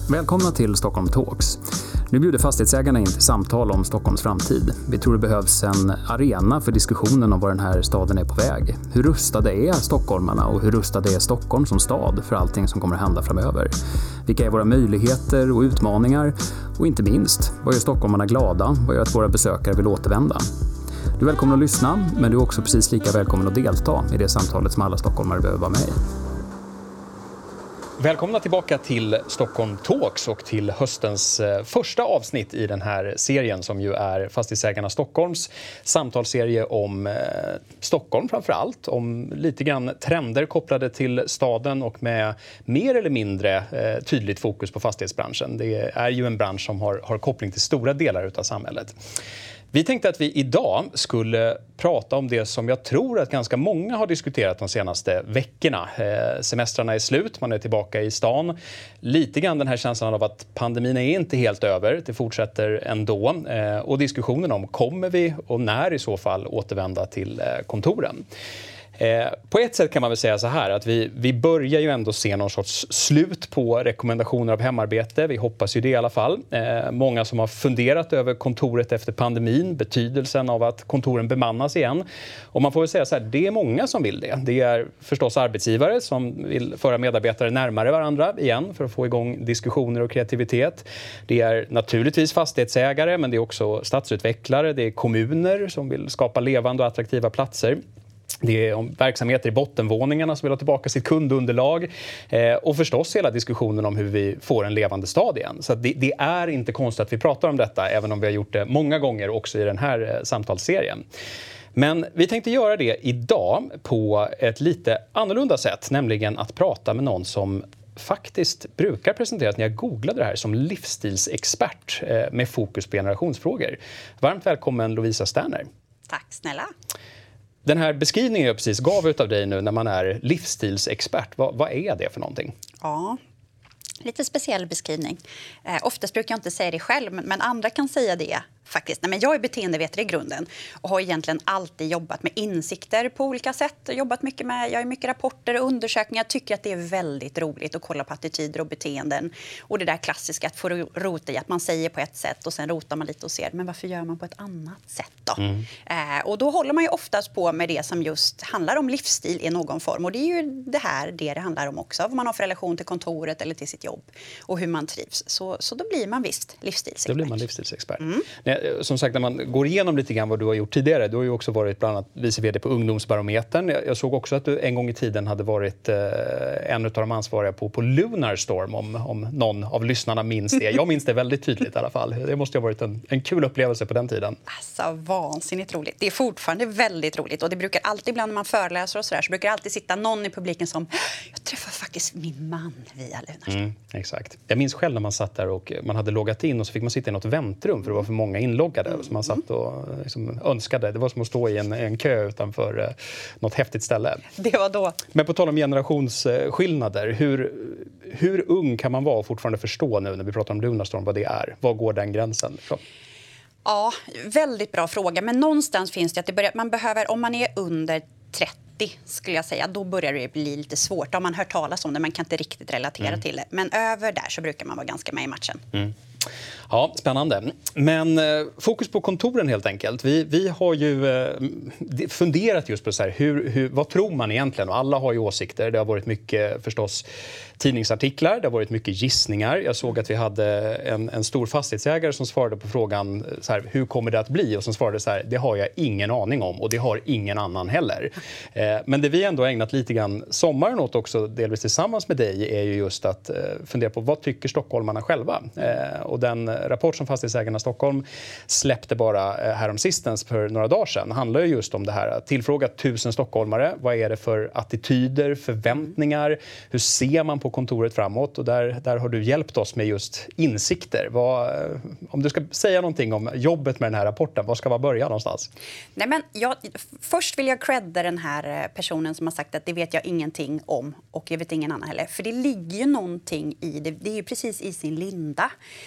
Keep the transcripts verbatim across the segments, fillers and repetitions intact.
Välkomna till Stockholm Talks. Nu bjuder fastighetsägarna in till samtal om Stockholms framtid. Vi tror det behövs en arena för diskussionen om var den här staden är på väg. Hur rustade är stockholmarna och hur rustade är Stockholm som stad för allting som kommer att hända framöver? Vilka är våra möjligheter och utmaningar? Och inte minst, vad gör stockholmarna glada? Vad gör att våra besökare vill återvända? Du är välkommen att lyssna, men du är också precis lika välkommen att delta i det samtalet som alla stockholmare behöver vara med i. Välkomna tillbaka till Stockholm Talks och till höstens första avsnitt i den här serien som ju är Fastighetsägarna Stockholms samtalsserie om eh, Stockholm framför allt, om lite grann trender kopplade till staden och med mer eller mindre eh, tydligt fokus på fastighetsbranschen. Det är ju en bransch som har, har koppling till stora delar av samhället. Vi tänkte att vi idag skulle prata om det som jag tror att ganska många har diskuterat de senaste veckorna. Eh, semestrarna är slut, man är tillbaka i stan. Lite grann den här känslan av att pandemin är inte helt över, det fortsätter ändå. Eh, och diskussionen om kommer vi och när i så fall återvända till eh, kontoren. Eh, på ett sätt kan man väl säga så här att vi, vi börjar ju ändå se någon sorts slut på rekommendationer av hemarbete. Vi hoppas ju det i alla fall. Eh, många som har funderat över kontoret efter pandemin, betydelsen av att kontoren bemannas igen. Och man får väl säga så här, det är många som vill det. Det är förstås arbetsgivare som vill föra medarbetare närmare varandra igen för att få igång diskussioner och kreativitet. Det är naturligtvis fastighetsägare, men det är också stadsutvecklare, det är kommuner som vill skapa levande och attraktiva platser. Det är om verksamheter i bottenvåningarna som vill ha tillbaka sitt kundunderlag eh, och förstås hela diskussionen om hur vi får en levande stad igen. Så det, det är inte konstigt att vi pratar om detta, även om vi har gjort det många gånger också i den här eh, samtalsserien. Men vi tänkte göra det idag på ett lite annorlunda sätt, nämligen att prata med någon som faktiskt brukar presenteras när jag googlade det här som livsstilsexpert eh, med fokus på generationsfrågor. Varmt välkommen Lovisa Sterner. Tack snälla. Den här beskrivningen jag precis gav ut av dig nu när man är livsstilsexpert, vad, vad är det för någonting? Ja, lite speciell beskrivning. Eh, oftast brukar jag inte säga det själv, men andra kan säga det faktiskt. Nej, men jag är beteendevetare i grunden och har egentligen alltid jobbat med insikter på olika sätt. Jobbat mycket med, jag har mycket rapporter och undersökningar. Jag tycker att det är väldigt roligt att kolla på attityder och beteenden. Och det där klassiska att få rota i att man säger på ett sätt och sen rotar man lite och ser, men varför gör man på ett annat sätt då? Mm. Eh, och då håller man ju oftast på med det som just handlar om livsstil i någon form. Och det är ju det här det det handlar om också. Vad man har för relation till kontoret eller till sitt jobb och hur man trivs. Så, så då blir man visst livsstilsexpert. Då blir man livsstilsexpert. Mm. Som sagt, när man går igenom lite grann vad du har gjort tidigare, du har ju också varit bland annat vice vd på Ungdomsbarometern. Jag, jag såg också att du en gång i tiden hade varit eh, en av de ansvariga på, på Lunarstorm, om, om någon av lyssnarna minns det. Jag minns det väldigt tydligt i alla fall. Det måste ha varit en, en kul upplevelse på den tiden. Alltså, vansinnigt roligt. Det är fortfarande väldigt roligt och det brukar alltid, ibland när man föreläser och sådär, så brukar det alltid sitta någon i publiken som, jag träffar faktiskt min man via Lunarstorm. Mm, exakt. Jag minns själv när man satt där och man hade loggat in och så fick man sitta i något väntrum för det var för många inloggade. Mm. Så man satt och liksom önskade. Det var som att stå i en, en kö utanför eh, något häftigt ställe. Det var då. Men på tal om generationsskillnader, hur, hur ung kan man vara och fortfarande förstå nu när vi pratar om Lunarstorm vad det är? Var går den gränsen? Så. Ja, väldigt bra fråga. Men någonstans finns det att det börjar, man behöver, om man är under trettio skulle jag säga, då börjar det bli lite svårt. Om man hört talas om det, man kan inte riktigt relatera mm. till det. Men över där så brukar man vara ganska med i matchen. Mm. Ja, spännande. Men eh, fokus på kontoren helt enkelt. Vi, vi har ju eh, funderat just på så här, hur, hur, vad tror man egentligen? Och alla har ju åsikter. Det har varit mycket förstås tidningsartiklar, det har varit mycket gissningar. Jag såg att vi hade en, en stor fastighetsägare som svarade på frågan så här, hur kommer det att bli? Och som svarade så här, det har jag ingen aning om och det har ingen annan heller. Eh, men det vi ändå har ägnat lite grann sommaren åt också, delvis tillsammans med dig, är ju just att eh, fundera på vad tycker stockholmarna själva? Eh, och den rapport som Fastighetsägarna Stockholm släppte bara eh, häromsistens för några dagar sedan handlar ju just om det här. Tillfråga tusen stockholmare, vad är det för attityder, förväntningar? Hur ser man på kontoret framåt? Och där, där har du hjälpt oss med just insikter. Vad, om du ska säga någonting om jobbet med den här rapporten, vad ska vara börja någonstans? Nej, men jag, först vill jag credda den här personen som har sagt att det vet jag ingenting om och jag vet ingen annan heller. För det ligger ju någonting i det. Det är ju precis i sin linda.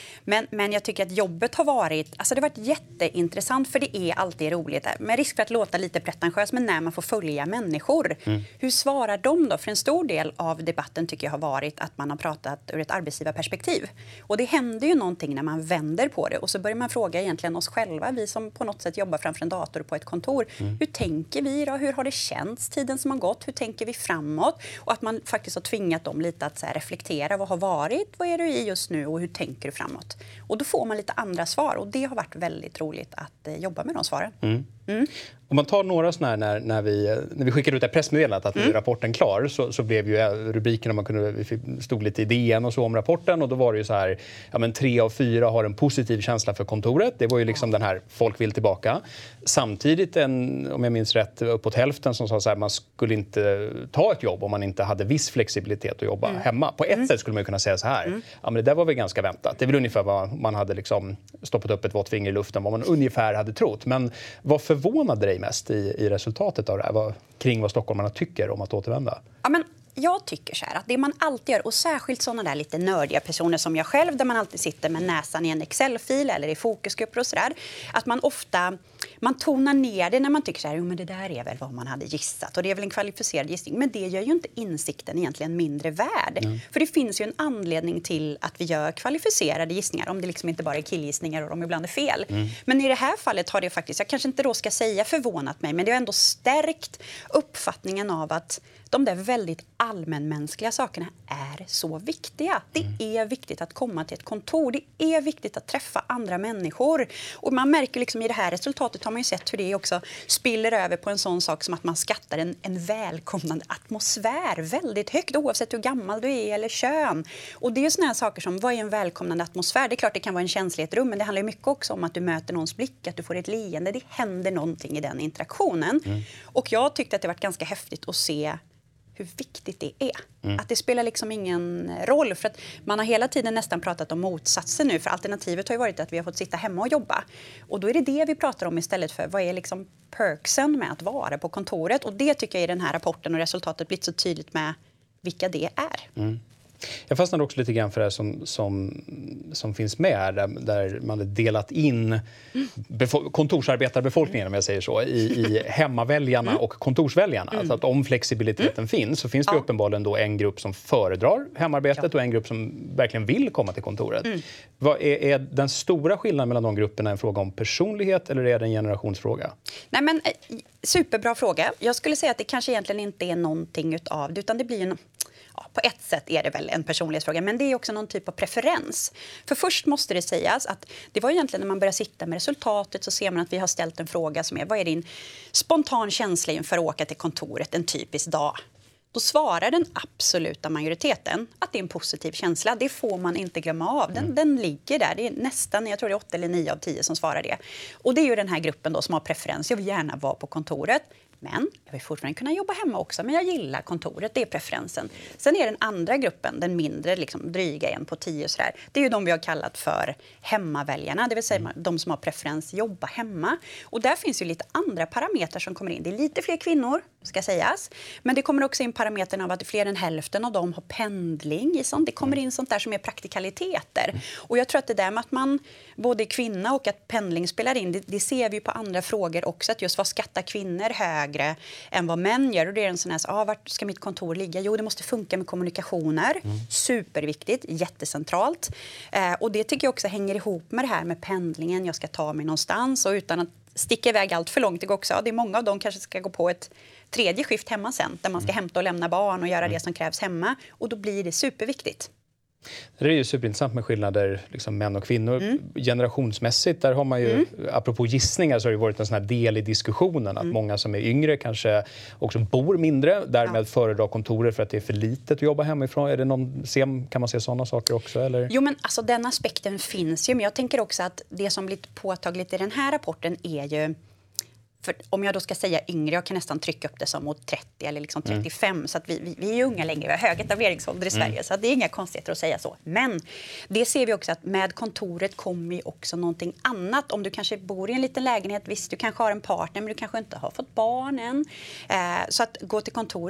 Men, men jag tycker att jobbet har varit, alltså det har varit jätteintressant, för det är alltid roligt. Med risk för att låta lite pretentiös, men när man får följa människor. Mm. Hur svarar de då? För en stor del av debatten tycker jag har varit att man har pratat ur ett arbetsgivarperspektiv. Och det händer ju någonting när man vänder på det. Och så börjar man fråga egentligen oss själva, vi som på något sätt jobbar framför en dator på ett kontor. Mm. Hur tänker vi då? Hur har det känts tiden som har gått? Hur tänker vi framåt? Och att man faktiskt har tvingat dem lite att så här reflektera. Vad har varit? Vad är du i just nu? Och hur tänker du framåt? Och då får man lite andra svar. Och det har varit väldigt roligt att eh, jobba med de svaren. Mm. Mm. Om man tar några sådana här, när, när, vi, när vi skickade ut det pressmeddelandet att mm. rapporten klar, så, så blev ju rubriken, man kunde, vi stod lite i D N och så om rapporten, och då var det ju så här, ja men tre av fyra har en positiv känsla för kontoret. Det var ju liksom den här, folk vill tillbaka. Samtidigt, en, om jag minns rätt, uppåt hälften som sa så här, man skulle inte ta ett jobb om man inte hade viss flexibilitet att jobba mm. hemma. På ett mm. sätt skulle man kunna säga så här, mm. ja men det där var väl ganska väntat. Det är väl ungefär vad man hade liksom stoppat upp ett vått finger i luften, vad man ungefär hade trott. Men vad förvånade dig mest i, i resultatet av det här, vad, kring vad stockholmarna tycker om att återvända? Ja, men jag tycker så här att det man alltid gör, och särskilt sådana där lite nördiga personer som jag själv, där man alltid sitter med näsan i en Excel-fil eller i fokusgrupper och sådär, att man ofta man tonar ner det när man tycker så här, jo men det där är väl vad man hade gissat och det är väl en kvalificerad gissning, men det gör ju inte insikten egentligen mindre värd. Mm. För det finns ju en anledning till att vi gör kvalificerade gissningar, om det liksom inte bara är killgissningar och de ibland är fel. Mm. Men i det här fallet har det faktiskt, jag kanske inte då ska säga förvånat mig, men det har ändå stärkt uppfattningen av att de där väldigt allmänmänskliga sakerna är så viktiga. Det mm. är viktigt att komma till ett kontor. Det är viktigt att träffa andra människor. Och man märker liksom i det här resultatet har man ju sett hur det också spiller över på en sån sak som att man skattar en, en välkomnande atmosfär väldigt högt, oavsett hur gammal du är eller kön. Och det är såna här saker som, vad är en välkomnande atmosfär? Det är klart det kan vara en känsla i ett rum, men det handlar ju mycket också om att du möter någons blick, att du får ett leende. Det händer någonting i den interaktionen. Mm. Och jag tyckte att det var ganska häftigt att se hur viktigt det är. Mm. Att det spelar liksom ingen roll. För att man har hela tiden nästan pratat om motsatsen nu. För alternativet har ju varit att vi har fått sitta hemma och jobba. Och då är det det vi pratar om istället för vad är liksom perksen med att vara på kontoret. Och det tycker jag i den här rapporten och resultatet blivit så tydligt med vilka det är. Mm. Jag fastnade också lite grann för det som, som, som finns med här, där, där man har delat in befo- kontorsarbetarbefolkningen, om jag säger så, i, i hemmaväljarna mm. och kontorsväljarna. Mm. Alltså att om flexibiliteten mm. finns så finns det ja. uppenbarligen då en grupp som föredrar hemarbetet ja. och en grupp som verkligen vill komma till kontoret. Mm. Vad är, är den stora skillnaden mellan de grupperna en fråga om personlighet eller är det en generationsfråga? Nej, men superbra fråga. Jag skulle säga att det kanske egentligen inte är någonting utav det, utan det blir en... Ja, på ett sätt är det väl en personlighetsfråga, men det är också någon typ av preferens. För först måste det sägas att det var egentligen när man börjar sitta med resultatet så ser man att vi har ställt en fråga som är, vad är din spontan känsla inför att åka till kontoret en typisk dag? Då svarar den absoluta majoriteten att det är en positiv känsla. Det får man inte glömma av. Den, mm. den ligger där. Det är nästan, jag tror det är åtta eller nio av tio som svarar det. Och det är ju den här gruppen då som har preferens. Jag vill gärna vara på kontoret. Men jag vill fortfarande kunna jobba hemma också. Men jag gillar kontoret, det är preferensen. Sen är den andra gruppen, den mindre, liksom dryga en på tio och sådär. Det är ju de vi har kallat för hemmaväljarna. Det vill säga mm. de som har preferens jobba hemma. Och där finns ju lite andra parametrar som kommer in. Det är lite fler kvinnor, ska sägas. Men det kommer också in parametern av att fler än hälften av dem har pendling i sånt. Det kommer in sånt där som är praktikaliteter. Mm. Och jag tror att det där med att man både är kvinna och att pendling spelar in, det, det ser vi ju på andra frågor också. Att just vad skattar kvinnor högre än vad män gör. Och det är en sån här, ah, vart ska mitt kontor ligga? Jo, det måste funka med kommunikationer. Mm. Superviktigt, jättecentralt. Eh, och det tycker jag också hänger ihop med det här med pendlingen. Jag ska ta mig någonstans och utan att sticka iväg allt för långt. Det går också. Det är många av dem kanske ska gå på ett tredje skift hemma sen. Där man ska mm. hämta och lämna barn och göra mm. det som krävs hemma. Och då blir det superviktigt. Det är ju superintressant med skillnader liksom män och kvinnor. Mm. Generationsmässigt, där har man ju, mm. apropå gissningar så har det varit en sån här del i diskussionen att mm. många som är yngre kanske också bor mindre, därmed ja. föredrar kontoret för att det är för litet att jobba hemifrån. Är det någon, kan man se sådana saker också? Eller? Jo, men alltså den aspekten finns ju, men jag tänker också att det som blir påtagligt i den här rapporten är ju, för om jag då ska säga yngre, jag kan nästan trycka upp det som mot trettio eller liksom trettiofem. Mm. Så att vi, vi, vi är ju unga längre, vi har hög etableringsålder i Sverige. Mm. Så att det är inga konstigheter att säga så. Men det ser vi också att med kontoret kommer ju också någonting annat. Om du kanske bor i en liten lägenhet, visst du kanske har en partner men du kanske inte har fått barn än. Eh, så att gå till kontoret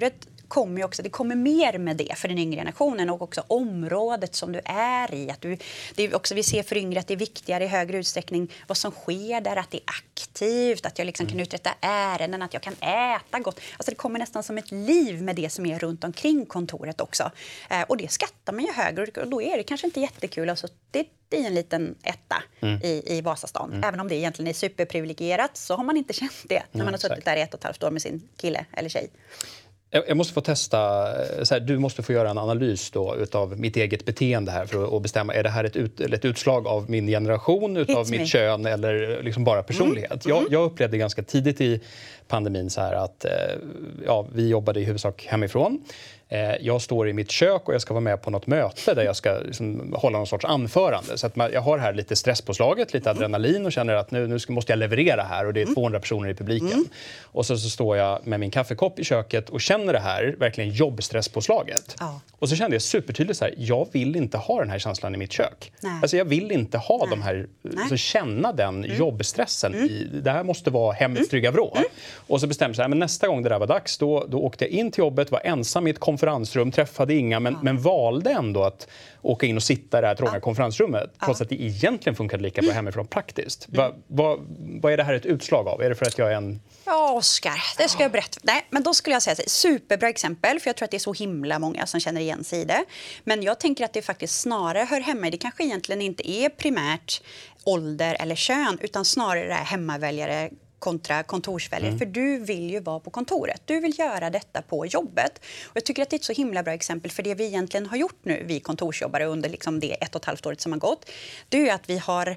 kommer ju också, det kommer mer med det för den yngre generationen och också området som du är i. Att du, det är också, vi ser för yngre att det är viktigare i högre utsträckning vad som sker där, att det är aktivt, att jag liksom kan uträtta ärenden, att jag kan äta gott. Alltså det kommer nästan som ett liv med det som är runt omkring kontoret också. Eh, och det skattar man ju högre och då är det kanske inte jättekul att det i en liten etta mm. i, i Vasastan. Mm. Även om det egentligen är superprivilegierat så har man inte känt det när mm, man har suttit exakt. där i ett och ett halvt år med sin kille eller tjej. Jag måste få testa, så här, du måste få göra en analys då utav mitt eget beteende här för att bestämma, är det här ett, ut, ett utslag av min generation, utav Hits mitt me. kön eller liksom bara personlighet? Mm. Jag, jag upplevde ganska tidigt i pandemin så här att ja, vi jobbade i huvudsak hemifrån. Jag står i mitt kök och jag ska vara med på något möte där jag ska liksom hålla någon sorts anförande. Så att man, jag har här lite stresspåslaget, lite adrenalin och känner att nu, nu ska, måste jag leverera här och det är tvåhundra personer i publiken. Mm. Och så, så står jag med min kaffekopp i köket och känner det här verkligen jobbstresspåslaget. Ja. Och så kände jag supertydligt så här, jag vill inte ha den här känslan i mitt kök. Nej. Alltså jag vill inte ha Nej. de här, alltså känna den mm. jobbstressen. Mm. I, det här måste vara hemmets trygga vrå. Mm. Och så bestämde jag så här, men nästa gång det där var dags, då, då åkte jag in till jobbet, var ensam i ett konferensrum, träffade inga, men, ja. men valde ändå att åka in och sitta i det här trånga ja. konferensrummet, trots ja. att det egentligen funkade lika bra hemifrån praktiskt. Mm. Va, va, vad är det här ett utslag av? Är det för att jag är en... Ja, Oskar, det ska jag berätta. Nej, men då skulle jag säga att superbra exempel, för jag tror att det är så himla många som känner igen sig i det. Men jag tänker att det faktiskt snarare hör hemma i, det kanske egentligen inte är primärt ålder eller kön, utan snarare det här hemmaväljare kontra kontorsväljare. Mm. För du vill ju vara på kontoret. Du vill göra detta på jobbet. Och jag tycker att det är ett så himla bra exempel för det vi egentligen har gjort nu, vi kontorsjobbare under liksom det ett och ett halvt året som har gått. Det är att vi har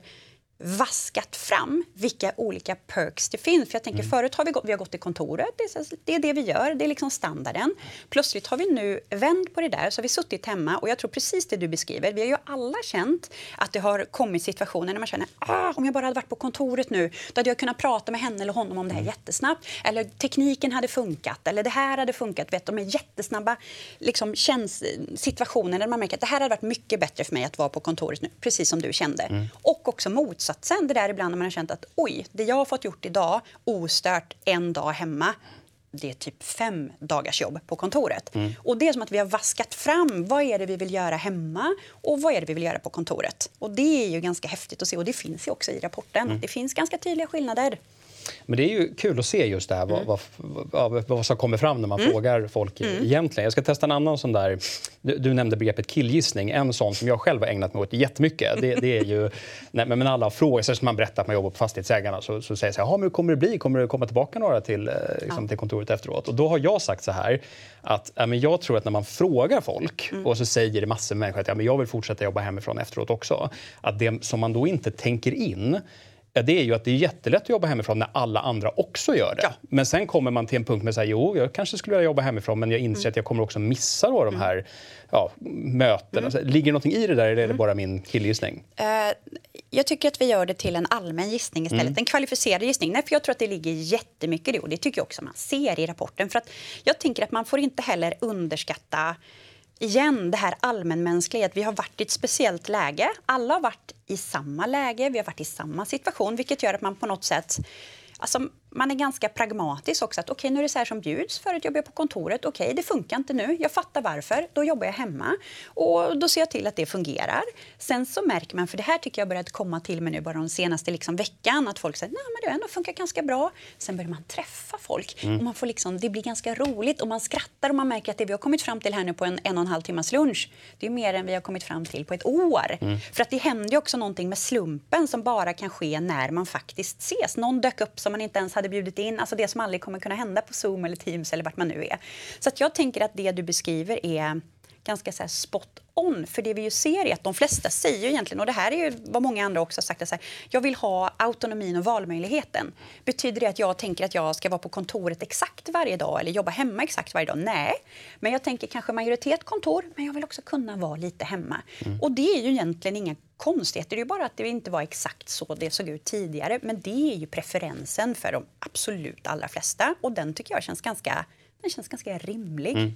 vaskat fram vilka olika perks det finns. För jag tänker, mm. förut har vi, gått, vi har gått till kontoret, det är, det är det vi gör, det är liksom standarden. Plötsligt har vi nu vänt på det där, så har vi suttit hemma och jag tror precis det du beskriver. Vi har ju alla känt att det har kommit situationer när man känner, ah, om jag bara hade varit på kontoret nu, då hade jag kunnat prata med henne eller honom om det här jättesnabbt. Eller tekniken hade funkat, eller det här hade funkat. Vet, de är jättesnabba liksom, känns, situationer där man märker att det här hade varit mycket bättre för mig att vara på kontoret nu, precis som du kände. Mm. Och också motsatsen. Sen det där ibland när man har känt att oj, det jag har fått gjort idag ostört en dag hemma, det är typ fem dagars jobb på kontoret. Mm. Och det är som att vi har vaskat fram vad är det vi vill göra hemma och vad är det vi vill göra på kontoret. Och det är ju ganska häftigt att se och det finns ju också i rapporten. Mm. Det finns ganska tydliga skillnader. Men det är ju kul att se just det här, mm. vad, vad, vad som kommer fram när man mm. frågar folk mm. egentligen. Jag ska testa en annan sån där, du, du nämnde begreppet killgissning, en sån som jag själv har ägnat mig åt jättemycket. Det, det är ju, nej, men alla frågor, särskilt när man berättar att man jobbar på Fastighetsägarna, så, så säger jag så här, ja men hur kommer det bli? Kommer det komma tillbaka några till, liksom, ja. till kontoret efteråt? Och då har jag sagt så här, att ja, men jag tror att när man frågar folk mm. och så säger det massor med människor att ja, men jag vill fortsätta jobba hemifrån efteråt också, att det som man då inte tänker in, ja, det är ju att det är jättelätt att jobba hemifrån när alla andra också gör det. Ja. Men sen kommer man till en punkt med så här, jo, jag kanske skulle vilja jobba hemifrån, men jag inser mm. att jag kommer också missa då de här ja, mötena. Mm. Ligger det någonting i det där eller är det bara min killgissning? Uh, jag tycker att vi gör det till en allmän gissning istället. Mm. En kvalificerad gissning. Nej, för jag tror att det ligger jättemycket i det. Och det tycker jag också man ser i rapporten. För att jag tänker att man får inte heller underskatta igen det här allmänmänskliga, att vi har varit i ett speciellt läge. Alla har varit i samma läge, vi har varit i samma situation, vilket gör att man på något sätt, alltså man är ganska pragmatisk också, att okej, okay, nu är det så här som bjuds, förut jobbar jag på kontoret, okej, okay, det funkar inte nu, jag fattar varför, då jobbar jag hemma och då ser jag till att det fungerar. Sen så märker man, för det här tycker jag börjat komma till mig nu bara de senaste liksom veckan, att folk säger, nej men det ändå funkar ganska bra. Sen börjar man träffa folk mm. och man får liksom, det blir ganska roligt och man skrattar och man märker att det vi har kommit fram till här nu på en en och en halv timmas lunch, det är mer än vi har kommit fram till på ett år. Mm. För att det händer ju också någonting med slumpen som bara kan ske när man faktiskt ses. Någon dök upp som man inte ens hade bjudit in, alltså det som aldrig kommer kunna hända på Zoom eller Teams eller vart man nu är. Så att jag tänker att det du beskriver är ganska så här spot on, för det vi ju ser är att de flesta säger ju egentligen, och det här är ju vad många andra också har sagt, att så här, jag vill ha autonomin och valmöjligheten. Betyder det att jag tänker att jag ska vara på kontoret exakt varje dag eller jobba hemma exakt varje dag? Nej, men jag tänker kanske majoritet kontor, men jag vill också kunna vara lite hemma. Mm. Och det är ju egentligen inga konstigheter, det är ju bara att det inte var exakt så det såg ut tidigare, men det är ju preferensen för de absolut allra flesta, och den tycker jag känns ganska, den känns ganska rimlig. Mm.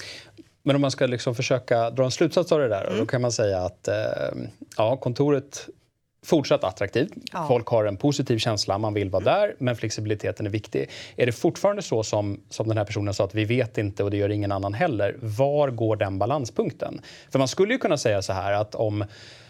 Men om man ska liksom försöka dra en slutsats av det där, mm. då kan man säga att eh, ja, kontoret fortsatt attraktivt. Ja. Folk har en positiv känsla, man vill vara där, men flexibiliteten är viktig. Är det fortfarande så som, som den här personen sa att vi vet inte och det gör ingen annan heller? Var går den balanspunkten? För man skulle ju kunna säga så här att om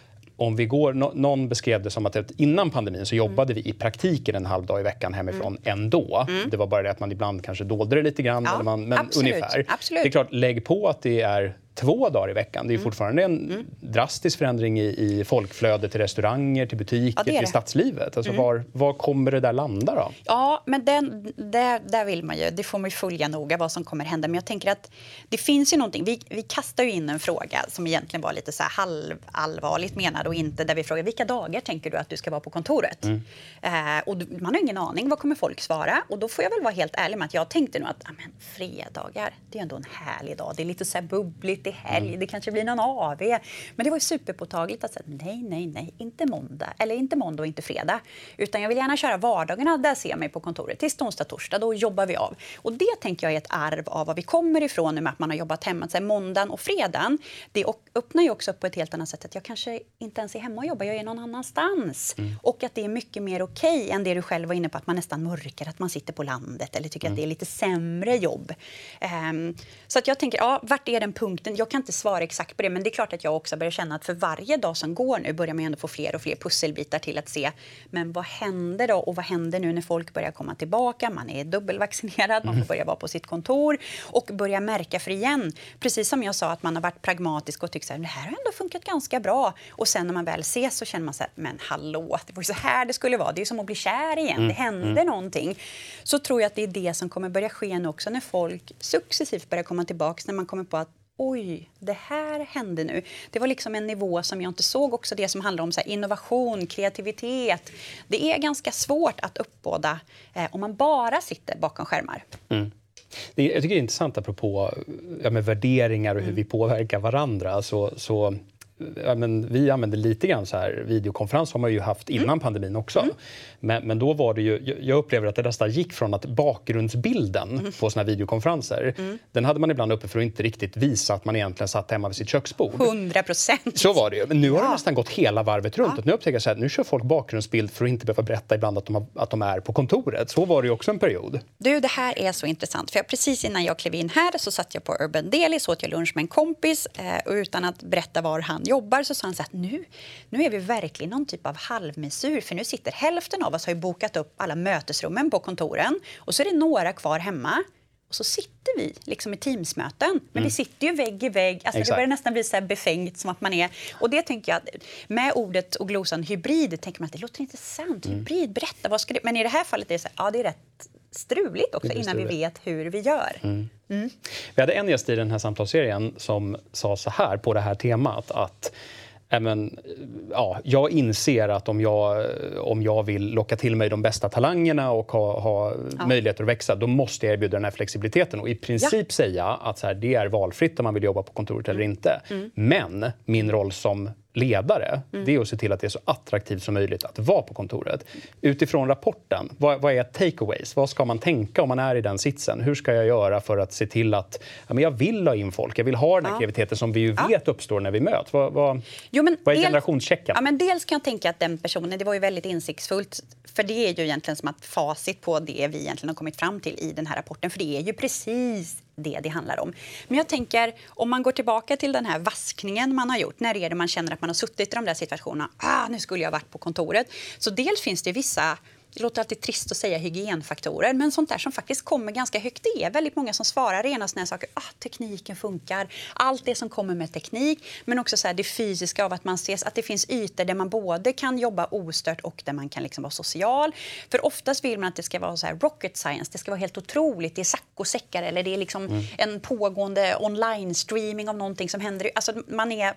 Om vi går, no, någon beskrev det som att innan pandemin så jobbade mm. vi i praktiken en halv dag i veckan hemifrån mm. ändå. Mm. Det var bara det att man ibland kanske dolde det lite grann. Ja, eller man, men absolut, ungefär. Absolut. Det är klart, lägg på att det är två dagar i veckan. Det är mm. fortfarande en mm. drastisk förändring i, i folkflödet till restauranger, till butiker, ja, till stadslivet. Alltså mm. var, var kommer det där landa då? Ja, men den, där, där vill man ju, det får man ju följa noga vad som kommer hända. Men jag tänker att det finns ju någonting. Vi, vi kastar ju in en fråga som egentligen var lite så här halvallvarligt menad och inte där vi frågar vilka dagar tänker du att du ska vara på kontoret? Mm. Eh, och man har ingen aning, vad kommer folk svara? Och då får jag väl vara helt ärlig med att jag tänkte nog att amen, fredagar, det är ändå en härlig dag. Det är lite så här bubbligt, det är helg, mm. det kanske blir någon A V. Men det var ju superpåtagligt att säga nej, nej, nej, inte måndag. Eller inte måndag och inte fredag. Utan jag vill gärna köra vardagarna, där ser jag mig på kontoret. Till onsdag, torsdag, då jobbar vi av. Och det tänker jag är ett arv av vad vi kommer ifrån nu med att man har jobbat hemma. Så här, måndagen och fredagen, det öppnar ju också på ett helt annat sätt att jag kanske inte ens är hemma och jobbar, jag är någon annanstans. Mm. Och att det är mycket mer okej än det du själv var inne på, att man nästan mörkar, att man sitter på landet eller tycker mm. att det är lite sämre jobb. Um, så att jag tänker, ja, vart är den punkten? Jag kan inte svara exakt på det, men det är klart att jag också börjar känna att för varje dag som går nu börjar man ändå få fler och fler pusselbitar till att se, men vad händer då? Och vad händer nu när folk börjar komma tillbaka? Man är dubbelvaccinerad, man får börja vara på sitt kontor och börja märka, för igen, precis som jag sa att man har varit pragmatisk och tyckt så här, det här har ändå funkat ganska bra. Och sen när man väl ses så känner man så här, men hallå, det var ju så här det skulle vara. Det är som att bli kär igen, mm. det händer mm. någonting. Så tror jag att det är det som kommer börja ske nu också när folk successivt börjar komma tillbaka, när man kommer på att oj, det här hände nu. Det var liksom en nivå som jag inte såg, också det som handlar om så här innovation, kreativitet. Det är ganska svårt att uppbåda eh, om man bara sitter bakom skärmar. Mm. Det, jag tycker det är intressant apropå ja, med värderingar och hur mm. vi påverkar varandra. Så, så ja, men vi använder lite grann så här, videokonferens har man ju haft innan mm. pandemin också. Mm. Men, men då var det ju, jag upplever att det nästan gick från att bakgrundsbilden mm. på såna här videokonferenser, mm. den hade man ibland uppe för att inte riktigt visa att man egentligen satt hemma vid sitt köksbord. hundra procent. Så var det ju. Men nu har ja. det nästan gått hela varvet runt. Ja. Och nu upptäcker jag så här, nu kör folk bakgrundsbild för att inte behöva berätta ibland att de, har, att de är på kontoret. Så var det ju också en period. Du, det här är så intressant. För jag, precis innan jag klev in här så satt jag på Urban Deli, så åt jag lunch med en kompis. Eh, och utan att berätta var han jobbar så sa han så att nu, nu är vi verkligen någon typ av halvmesyr. För nu sitter hälften av oss har ju bokat upp alla mötesrummen på kontoren. Och så är det några kvar hemma. Och så sitter vi liksom i Teamsmöten. Men mm. vi sitter ju vägg i vägg. Alltså det börjar nästan bli så här befängt som att man är. Och det tänker jag att med ordet och glosan hybrid tänker man att det låter intressant. Mm. Hybrid, berätta, vad ska det... Men i det här fallet är det så här, ja det är rätt struligt också innan struligt. vi vet hur vi gör. Mm. Mm. Vi hade en gäst i den här samtalsserien som sa så här på det här temat att men, ja, jag inser att om jag, om jag vill locka till mig de bästa talangerna och ha, ha ja. möjligheter att växa, då måste jag erbjuda den här flexibiliteten och i princip ja. säga att så här, det är valfritt om man vill jobba på kontoret mm. eller inte. Mm. Men min roll som ledare, mm. det är att se till att det är så attraktivt som möjligt att vara på kontoret. Utifrån rapporten, vad, vad är takeaways? Vad ska man tänka om man är i den sitsen? Hur ska jag göra för att se till att ja, men jag vill ha in folk, jag vill ha den här ja. kreativiteten som vi ju ja. vet uppstår när vi möts. Vad, vad, jo, men vad är del, generationschecken? Ja, men dels kan jag tänka att den personen, det var ju väldigt insiktsfullt, för det är ju egentligen som att facit på det vi egentligen har kommit fram till i den här rapporten, för det är ju precis det det handlar om. Men jag tänker, om man går tillbaka till den här vaskningen man har gjort, när är det man känner att man har suttit i de där situationerna, ah, nu skulle jag varit på kontoret. Så dels finns det vissa, det låter alltid trist att säga hygienfaktorer, men sånt där som faktiskt kommer ganska högt. Det är väldigt många som svarar rena såna här saker. Ah, tekniken funkar. Allt det som kommer med teknik, men också så här det fysiska av att man ses, att det finns ytor där man både kan jobba ostört och där man kan liksom vara social. För oftast vill man att det ska vara så här rocket science, det ska vara helt otroligt, det är saccosäckar eller det är liksom mm. en pågående online-streaming av någonting som händer. Alltså man är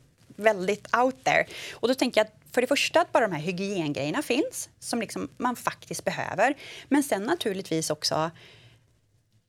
väldigt out there. Och då tänker jag att för det första att bara de här hygiengrejerna finns som liksom man faktiskt behöver. Men sen naturligtvis också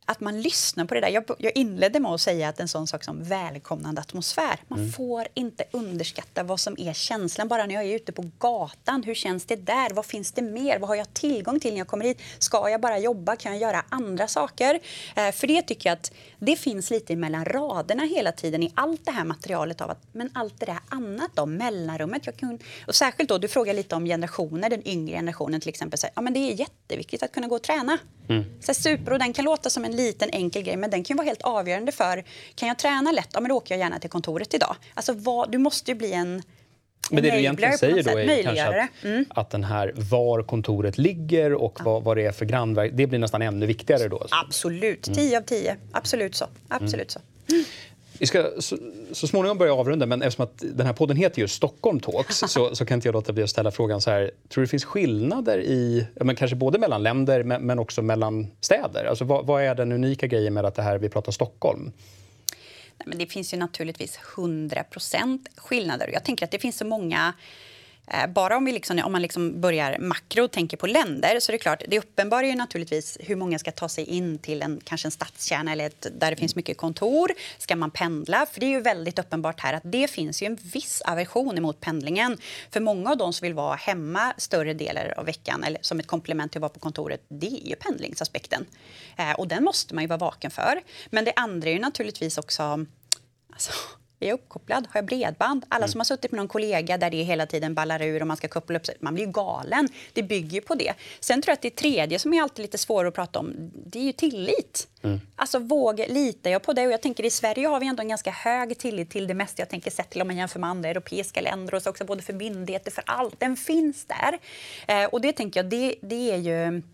att man lyssnar på det där. Jag, jag inledde med att säga att en sån sak som välkomnande atmosfär. Man mm. får inte underskatta vad som är känslan. Bara när jag är ute på gatan, hur känns det där? Vad finns det mer? Vad har jag tillgång till när jag kommer hit? Ska jag bara jobba? Kan jag göra andra saker? Eh, för det tycker jag att det finns lite mellan raderna hela tiden i allt det här materialet av att, men allt det där annat då, mellanrummet. Jag kan, och särskilt då, du frågar lite om generationer, den yngre generationen till exempel. Så, ja, men det är jätteviktigt att kunna gå och träna. Mm. Så super, och den kan låta som en liten enkel grej, men den kan vara helt avgörande för, kan jag träna lätt? Ja, men då åker jag gärna till kontoret idag. Alltså vad, du måste ju bli en Men det du egentligen säger då är kanske att, mm. att den här var kontoret ligger och ja. vad, vad det är för grannverk, det blir nästan ännu viktigare då. Absolut, tio mm. av tio. Absolut så. Absolut mm. så. Mm. Vi ska så, så småningom börja avrunda, men eftersom att den här podden heter just Stockholm Talks så, så kan inte jag låta bli att ställa frågan så här. Tror du det finns skillnader i, ja, men kanske både mellan länder men, men också mellan städer? Alltså vad, vad är den unika grejen med att det här vi pratar Stockholm? Nej, men det finns ju naturligtvis hundra procent skillnader. Jag tänker att det finns så många. Bara om, vi liksom, om man liksom börjar makro och tänker på länder så är det klart, det uppenbara är ju naturligtvis hur många ska ta sig in till en, kanske en stadskärna eller ett, där det finns mycket kontor. Ska man pendla? För det är ju väldigt uppenbart här att det finns ju en viss aversion emot pendlingen. För många av de som vill vara hemma större delar av veckan eller som ett komplement till att vara på kontoret, det är ju pendlingsaspekten. Eh, och den måste man ju vara vaken för. Men det andra är ju naturligtvis också... Alltså, är jag uppkopplad? Har jag bredband? Alla som har suttit med någon kollega där det hela tiden ballar ur och man ska koppla upp sig. Man blir ju galen. Det bygger ju på det. Sen tror jag att det tredje som är alltid lite svårare att prata om, det är ju tillit. Mm. Alltså våga, litar jag på det? Och jag tänker i Sverige har vi ändå en ganska hög tillit till det mesta. Jag tänker sett till om man jämför med andra europeiska länder och så också både för myndigheter, för allt. Den finns där. Eh, och det tänker jag, det, det är ju...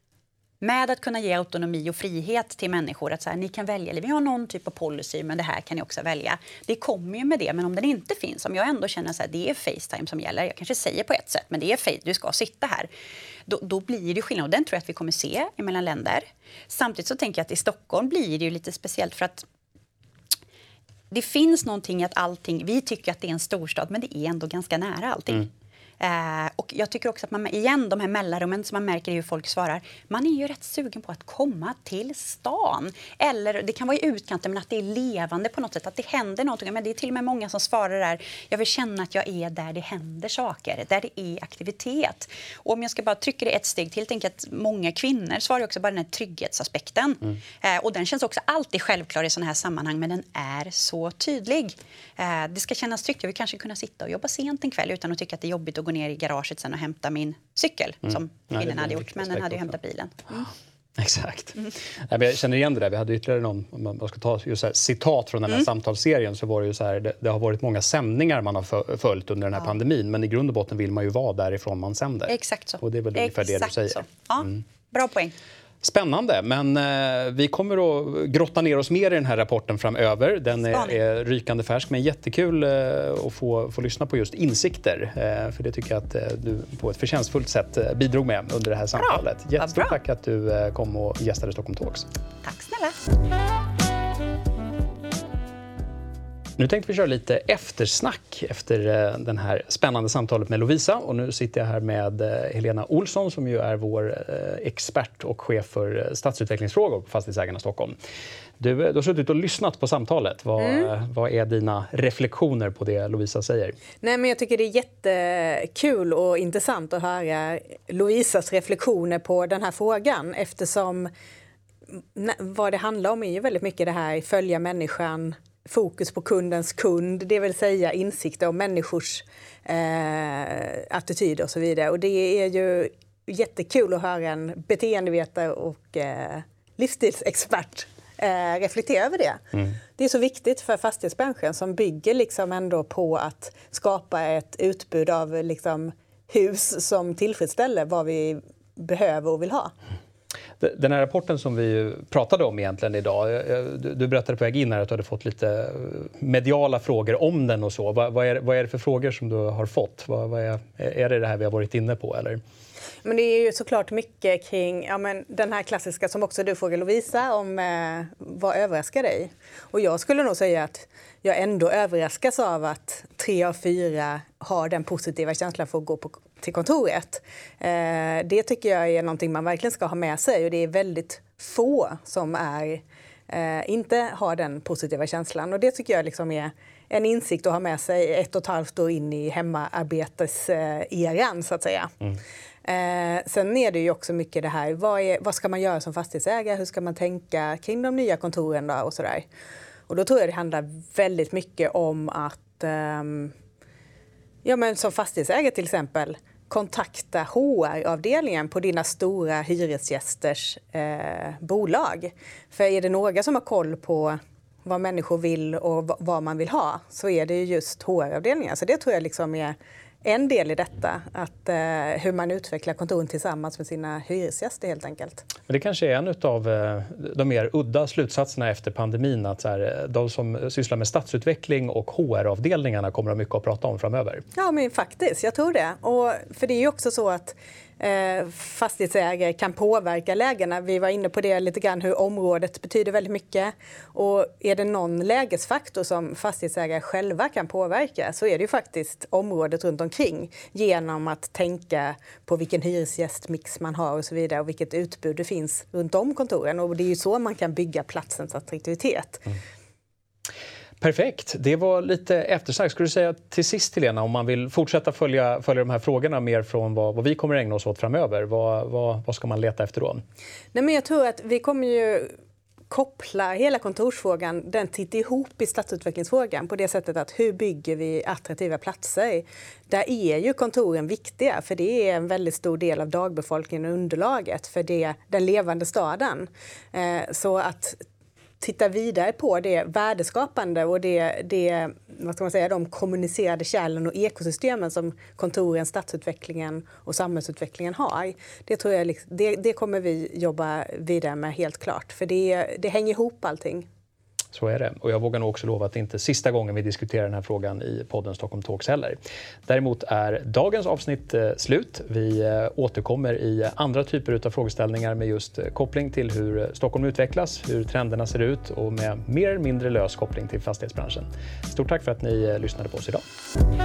Med att kunna ge autonomi och frihet till människor att så här, ni kan välja, eller vi har någon typ av policy men det här kan ni också välja. Det kommer ju med det, men om den inte finns, om jag ändå känner att det är FaceTime som gäller, jag kanske säger på ett sätt, men det är Face, du ska sitta här. Då, då blir det skillnad och den tror jag att vi kommer se mellan länder. Samtidigt så tänker jag att i Stockholm blir det ju lite speciellt för att det finns någonting att allting, vi tycker att det är en storstad men det är ändå ganska nära allting. Mm. Eh, och jag tycker också att man, igen, de här mellanrummen som man märker i hur folk svarar, man är ju rätt sugen på att komma till stan. Eller det kan vara i utkanten men att det är levande på något sätt, att det händer någonting. Men det är till och med många som svarar där, jag vill känna att jag är där det händer saker, där det är aktivitet. Och om jag ska bara trycka det ett steg till, tänker att många kvinnor svarar också bara den här trygghetsaspekten. Mm. Eh, och den känns också alltid självklar i sådana här sammanhang, men den är så tydlig. Eh, det ska kännas tryggt, jag vill kanske kunna sitta och jobba sent en kväll utan att tycka att det är jobbigt att gå ner i garaget sen och hämta min cykel mm. som kvinnan hade gjort, men den hade ju hämtat bilen. Mm. Exakt. Mm. Jag känner igen det där. Vi hade ytterligare någon, om man ska ta just så här, citat från den här mm. samtalsserien, så var det ju så här, det, det har varit många sändningar man har följt under den här ja. pandemin, men i grund och botten vill man ju vara därifrån man sänder. Exakt så. Och det är väl ungefär det du säger. Så. Ja, mm. Bra poäng. Spännande, men eh, vi kommer att grotta ner oss mer i den här rapporten framöver. Den är, är rykande färsk, men jättekul eh, att få, få lyssna på just insikter. Eh, för det tycker jag att eh, du på ett förtjänstfullt sätt eh, bidrog med under det här samtalet. Jättestort tack att du eh, kom och gästade Stockholm Talks. Tack snälla. Nu tänkte vi köra lite eftersnack efter den här spännande samtalet med Lovisa. Och nu sitter jag här med Helena Olsson som ju är vår expert och chef för stadsutvecklingsfrågor på Fastighetsägarna Stockholm. Du, du har suttit och lyssnat på samtalet. Vad, mm. vad är dina reflektioner på det Lovisa säger? Nej, men jag tycker det är jättekul och intressant att höra Lovisas reflektioner på den här frågan, eftersom vad det handlar om är ju väldigt mycket det här följa människan, fokus på kundens kund, det vill säga insikter om människors eh, attityder och så vidare. Och det är ju jättekul att höra en beteendevetare och eh, livsstilsexpert eh, reflektera över det. Mm. Det är så viktigt för fastighetsbranschen som bygger liksom ändå på att skapa ett utbud av liksom hus som tillfredsställer vad vi behöver och vill ha. Den här rapporten som vi pratade om egentligen idag, du berättade på väg in här att du hade fått lite mediala frågor om den och så. Vad är, vad är det för frågor som du har fått? Vad, vad är, är det det här vi har varit inne på eller? Men det är ju såklart mycket kring ja, men den här klassiska som också du frågar Lovisa om eh, vad överraskar dig? Och jag skulle nog säga att jag ändå överraskas av att tre av fyra har den positiva känslan för att gå på till kontoret. Eh, det tycker jag är någonting man verkligen ska ha med sig, och det är väldigt få som är, eh, inte har den positiva känslan. Och det tycker jag liksom är en insikt att ha med sig ett och ett halvt år in i hemmaarbeteseran, så att säga. Mm. Eh, sen är det ju också mycket det här, vad, är, vad ska man göra som fastighetsägare? Hur ska man tänka kring de nya kontoren då och sådär? Och då tror jag det handlar väldigt mycket om att, eh, ja men som fastighetsägare till exempel, kontakta H R-avdelningen på dina stora hyresgästers eh, bolag. För är det några som har koll på vad människor vill och vad man vill ha, så är det ju just H R-avdelningen. Så det tror jag liksom är en del i detta, att, eh, hur man utvecklar kontoren tillsammans med sina hyresgäster helt enkelt. Men det kanske är en av eh, de mer udda slutsatserna efter pandemin, att så här, de som sysslar med stadsutveckling och H R-avdelningarna kommer att ha mycket att prata om framöver. Ja, men faktiskt, jag tror det. Och, för det är ju också så att eh, fastighetsägare kan påverka lägena. Vi var inne på det lite grann, hur området betyder väldigt mycket. Och är det någon lägesfaktor som fastighetsägare själva kan påverka, så är det ju faktiskt området runt omkring, genom att tänka på vilken hyresgästmix man har och så vidare, och vilket utbud det finns runt om kontoren. Och det är ju så man kan bygga platsens attraktivitet. Mm. Perfekt. Det var lite eftersnack. Skulle du säga till sist, Helena, om man vill fortsätta följa, följa de här frågorna mer från vad, vad vi kommer ägna oss åt framöver, vad, vad, vad ska man leta efter då? Nej, men jag tror att vi kommer ju koppla hela kontorsfrågan, den tittar ihop i stadsutvecklingsfrågan på det sättet att hur bygger vi attraktiva platser? Där är ju kontoren viktiga, för det är en väldigt stor del av dagbefolkningen och underlaget för det, den levande staden. Eh, så att titta vidare på det värdeskapande och det, det, vad ska man säga, de kommunicerade kärlen och ekosystemen som kontoren, stadsutvecklingen och samhällsutvecklingen har. Det, tror jag, det, det kommer vi jobba vidare med helt klart, för det, det hänger ihop allting. Så är det. Och jag vågar nog också lova att det inte är sista gången vi diskuterar den här frågan i podden Stockholm Talks heller. Däremot är dagens avsnitt eh, slut. Vi eh, återkommer i andra typer av frågeställningar med just eh, koppling till hur Stockholm utvecklas, hur trenderna ser ut och med mer eller mindre lös koppling till fastighetsbranschen. Stort tack för att ni eh, lyssnade på oss idag.